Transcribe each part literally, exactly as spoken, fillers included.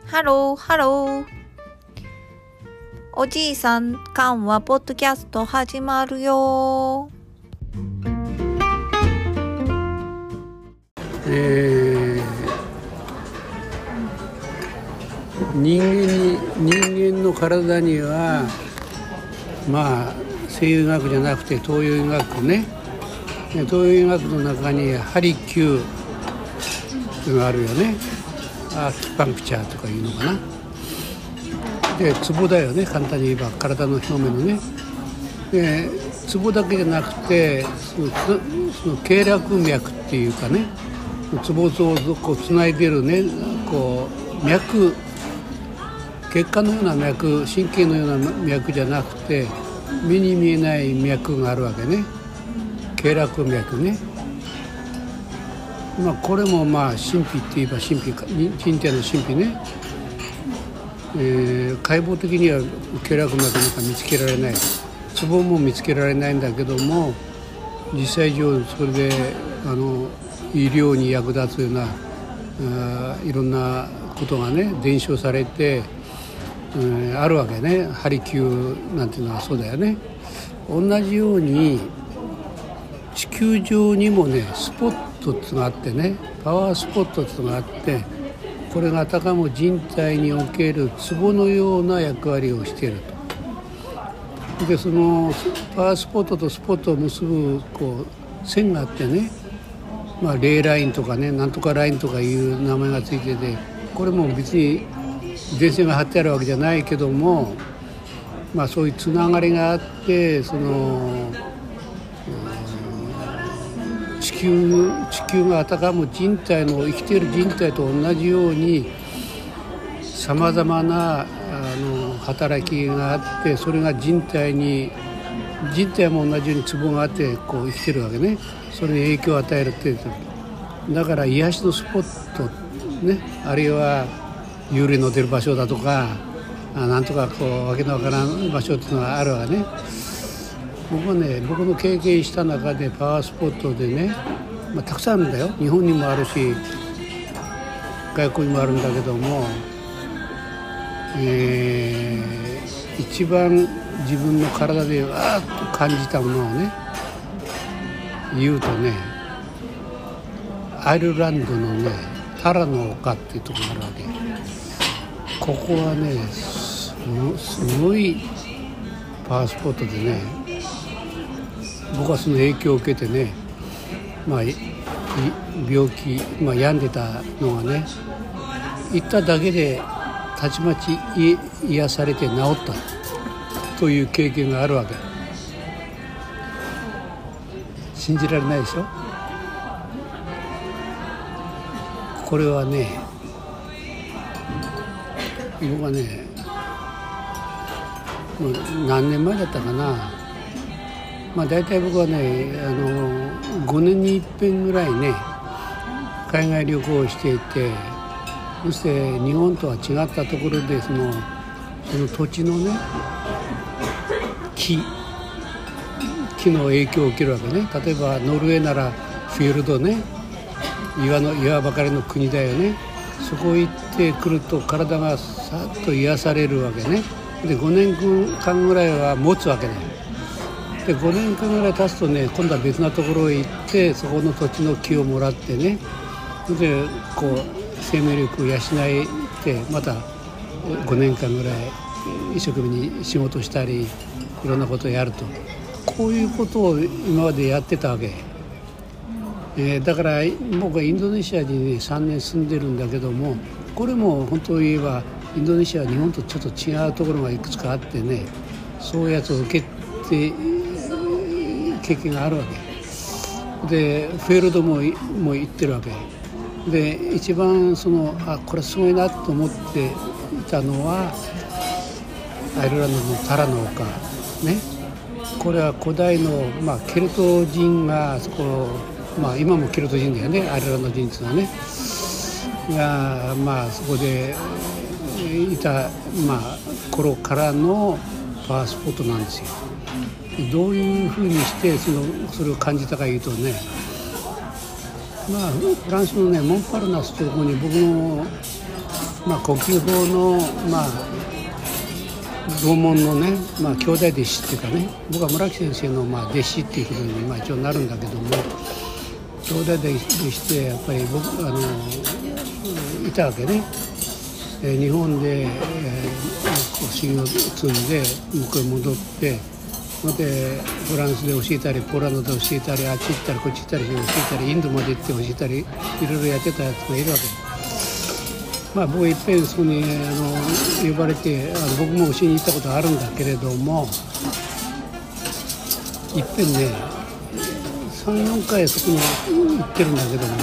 ハローハロー。おじいさんかんはポッドキャスト始まるよ。 えー、人間に人間の体にはまあ西洋医学じゃなくて東洋医学ね、東洋医学の中にハリキューっていうのがあるよね。アキパンクチャーとかいうのかな。でツボだよね、簡単に言えば体の表面のね。でツボだけじゃなくてそのその経絡脈っていうかね、ツボをこうつないでるね、こう脈、血管のような脈、神経のような脈じゃなくて目に見えない脈があるわけね。経絡脈ね。まあこれもまあ神秘って言えば神秘か、人体の神秘ね。えー、解剖的には経絡脈なんか見つけられない、ツボも見つけられないんだけども、実際上それであの医療に役立つようなあいろんなことがね伝承されて、うん、あるわけね。ハリキューなんていうのはそうだよね。同じように地球上にもねスポットっていうのがあってね、パワースポットっていうのがあって、これがあたかも人体におけるツボのような役割をしていると。でそのパワースポットとスポットを結ぶこう線があってね、まあ、レイラインとかね、なんとかラインとかいう名前がついてて、これも別に電線が張ってあるわけじゃないけども、まあ、そういうつながりがあって、その地球、地球があたかも人体の生きている人体と同じようにさまざまなあの働きがあって、それが人体に人体も同じようにツボがあってこう生きてるわけね。それに影響を与えるって、だから癒しのスポットね、あるいは幽霊の出る場所だとか、なんとかこうわけのわからん場所っていうのがあるわけね。僕はね、僕の経験した中でパワースポットでね、まあ、たくさんあるんだよ。日本にもあるし外国にもあるんだけども、えー、一番自分の体でわーっと感じたものをね言うとね、アイルランドのねタラの丘っていうところがあるわけ。ここはね す, すごいパワースポットでね、僕はその影響を受けてね、まあ病気、まあ、病んでたのがね行っただけでたちまち癒されて治ったという経験があるわけ。信じられないでしょ。これはね、僕はねもう何年前だったかな、まあ大体僕はねあのごねんに一遍ぐらいね海外旅行をしていて、そして日本とは違ったところでそのその土地のね木木の影響を受けるわけね。例えばノルウェーならフィヨルドね、岩の岩ばかりの国だよね。そこ行ってくると体がさっと癒されるわけね。でごねんかんぐらいは持つわけだよ。でごねんかんぐらい経つとね、今度は別なところへ行ってそこの土地の木をもらってね、でこう生命力を養ってまたごねんかんぐらい一生懸命に仕事したりいろんなことをやると、こういうことを今までやってたわけ。えー、だから僕はインドネシアに、ね、さんねん住んでるんだけども、これも本当を言えばインドネシアは日本とちょっと違うところがいくつかあってね、そういうやつを受けて経験があるわけで、フェールドももう行ってるわけで、一番そのあこれすごいなと思っていたのはアイルランドのタラの丘ね。これは古代の、まあ、ケルト人がそこ、まあ、今もケルト人だよね、アイルランド人っていうのはねが、まあ、そこでいた、まあ、頃からのパワースポットなんですよ。どういうふうにしてそのそれを感じたかいうとね、まあ、フランスのねモンパルナスというところに僕のまあ、国旗法の、まあ、同門のね、まあ、兄弟弟子っていうかね、僕は村木先生のまあ弟子っていうことにまあ一応なるんだけども、兄弟弟子でやっぱり僕あのいたわけね。え日本で、えー、修行を積んで向こうへ戻って、でフランスで教えたりポーランドで教えたりあっち行ったりこっち行ったり教えたりインドまで行って教えたりいろいろやってたやつがいるわけ。まあ、僕いっぺんそこにあの呼ばれてあの僕も教えに行ったことあるんだけれども、いっぺんねさん、よんかいそこに行ってるんだけども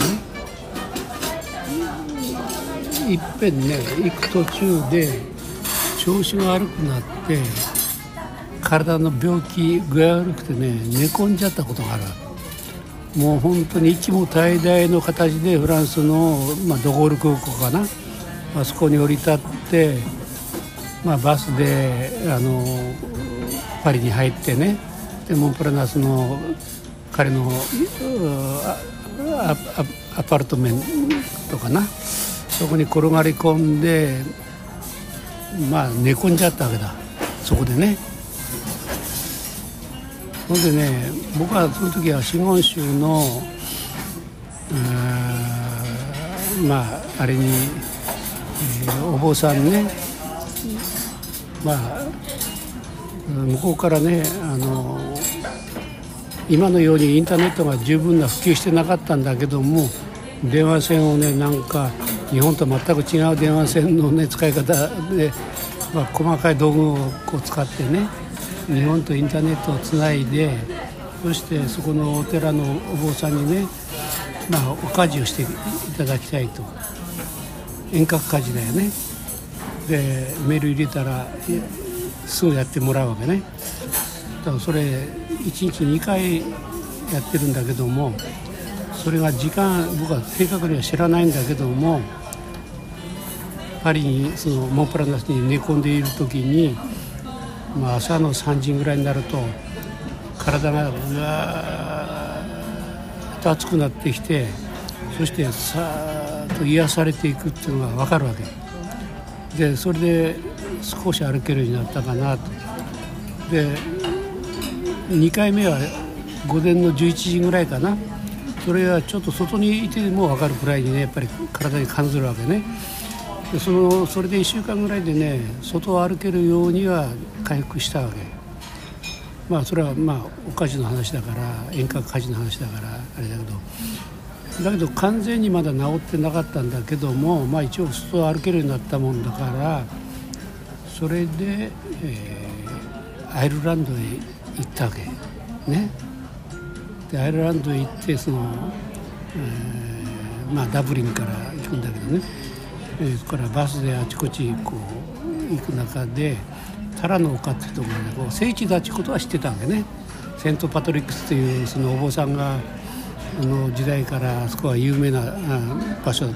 ね、いっぺんね行く途中で調子が悪くなって体の病気具合悪くてね寝込んじゃったことがある。もう本当に一も大大の形でフランスの、まあ、ドゴール空港かな、あそこに降り立って、まあ、バスであのパリに入ってね、でモンプラナスの彼のア, ア, アパルトメントかな、そこに転がり込んで、まあ寝込んじゃったわけだそこでね。ほんでね、僕はその時は真言宗のまああれに、えー、お坊さんね、まあ向こうからねあの今のようにインターネットが十分な普及してなかったんだけども、電話線をねなんか日本と全く違う電話線の、ね、使い方で、まあ、細かい道具をこう使ってね日本とインターネットをつないで、そしてそこのお寺のお坊さんにね、まあ、お家事をしていただきたいと。遠隔家事だよね。でメール入れたらすぐやってもらうわけね。だからそれいちにちにかいやってるんだけども、それが時間僕は正確には知らないんだけども、パリにそのモンプラナスに寝込んでいる時に、まあ、朝のさんじぐらいになると体がぐわーっと熱くなってきて、そしてさーっと癒されていくっていうのが分かるわけで、それで少し歩けるようになったかなと。でにかいめは午前のじゅういちじぐらいかな、それはちょっと外にいても分かるくらいにねやっぱり体に感じるわけね。で そ, のそれでいっしゅうかんぐらいでね外を歩けるようには回復したわけ。まあそれはまあお家事の話だから遠隔家事の話だからあれだけど、だけど完全にまだ治ってなかったんだけども、まあ一応外を歩けるようになったもんだから、それで、えー、アイルランドへ行ったわけね。でアイルランドへ行ってその、えー、まあダブリンから行くんだけどね、えー、そこからバスであちこちこう行く中でタラの丘っていうところでこう聖地だってことは知ってたわけね。セントパトリックスというそのお坊さんがあの時代からあそこは有名な場所だった。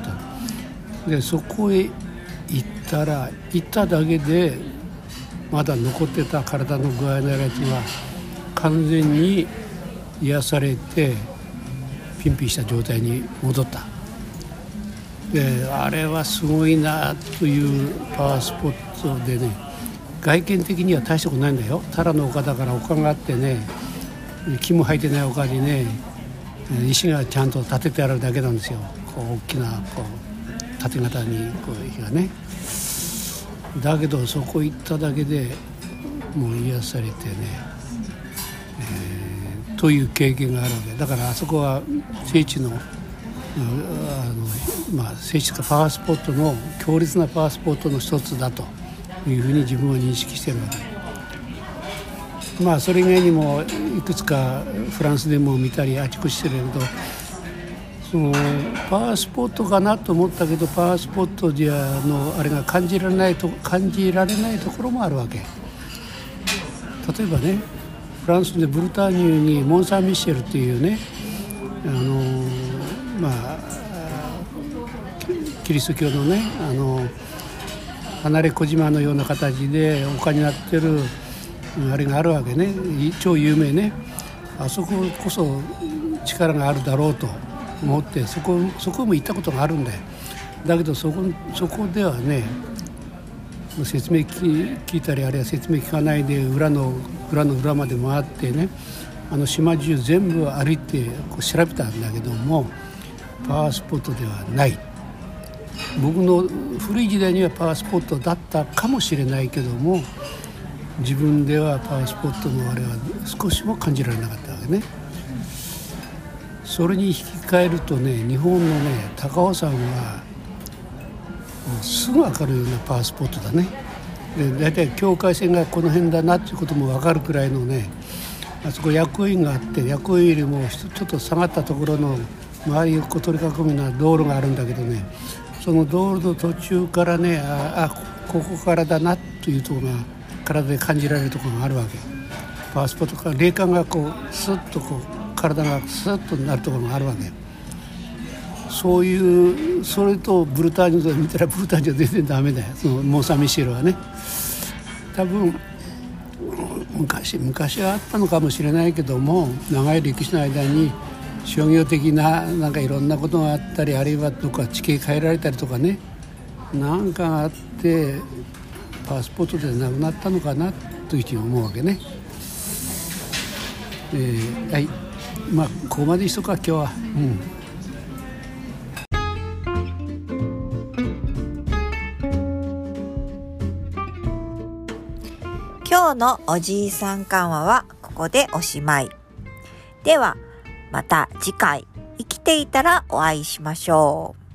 でそこへ行ったら行っただけでまだ残ってた体の具合のやつが完全に癒されてピンピンした状態に戻った。であれはすごいなというパワースポットでね、外見的には大したことないんだよ。タラの丘だから丘があってね、木も生えてない丘にね石がちゃんと立ててあるだけなんですよ。こう大きなこう縦型にこう石がね。だけどそこ行っただけでもう癒されてね、えー、という経験があるわけだから、あそこは聖地のあの、まあ、聖地かパワースポットの強烈なパワースポットの一つだというふうに自分は認識しているわけ。まあそれ以外にもいくつかフランスでも見たりあちこちしてるけど、そのパワースポットかなと思ったけどパワースポットじゃのあれが感じられないと感じられないところもあるわけ。例えばね、フランスでブルターニュにモン・サン・ミシェルっていうね、あのまあキリスト教のねあの離れ小島のような形で丘になってるあれがあるわけね。超有名ね。あそここそ力があるだろうと思ってそこそこも行ったことがあるんだよ。 だけどそこ、そこではね説明聞いたりあるいは説明聞かないで裏の裏の裏まで回ってねあの島中全部歩いてこう調べたんだけどもパワースポットではない。僕の古い時代にはパワースポットだったかもしれないけども自分ではパワースポットのあれは少しも感じられなかったわけね。それに引き換えるとね日本のね高尾山はすぐ分かるようなパワースポットだね。で大体境界線がこの辺だなっていうことも分かるくらいのねあそこ薬院があって薬院よりもちょっと下がったところの周りを取り囲むような道路があるんだけどねその道路の途中からねああここからだなというところが体で感じられるところがあるわけ。パワースポットから霊感がこうスッとこう体がスッとなるところがあるわけ。そういうそれとブルターニュで見たらブルターニュは全然ダメだよそのモン・サン・ミシェルはね。多分昔昔はあったのかもしれないけども長い歴史の間に商業的ななんかいろんなことがあったりあるいはどこか地形変えられたりとかねなんかがあってパワースポットでなくなったのかなというふうに思うわけね。えー、はいまあここまでにしとくか今日は。うん今日のおじいさん緩和はここでおしまい。ではまた次回生きていたらお会いしましょう。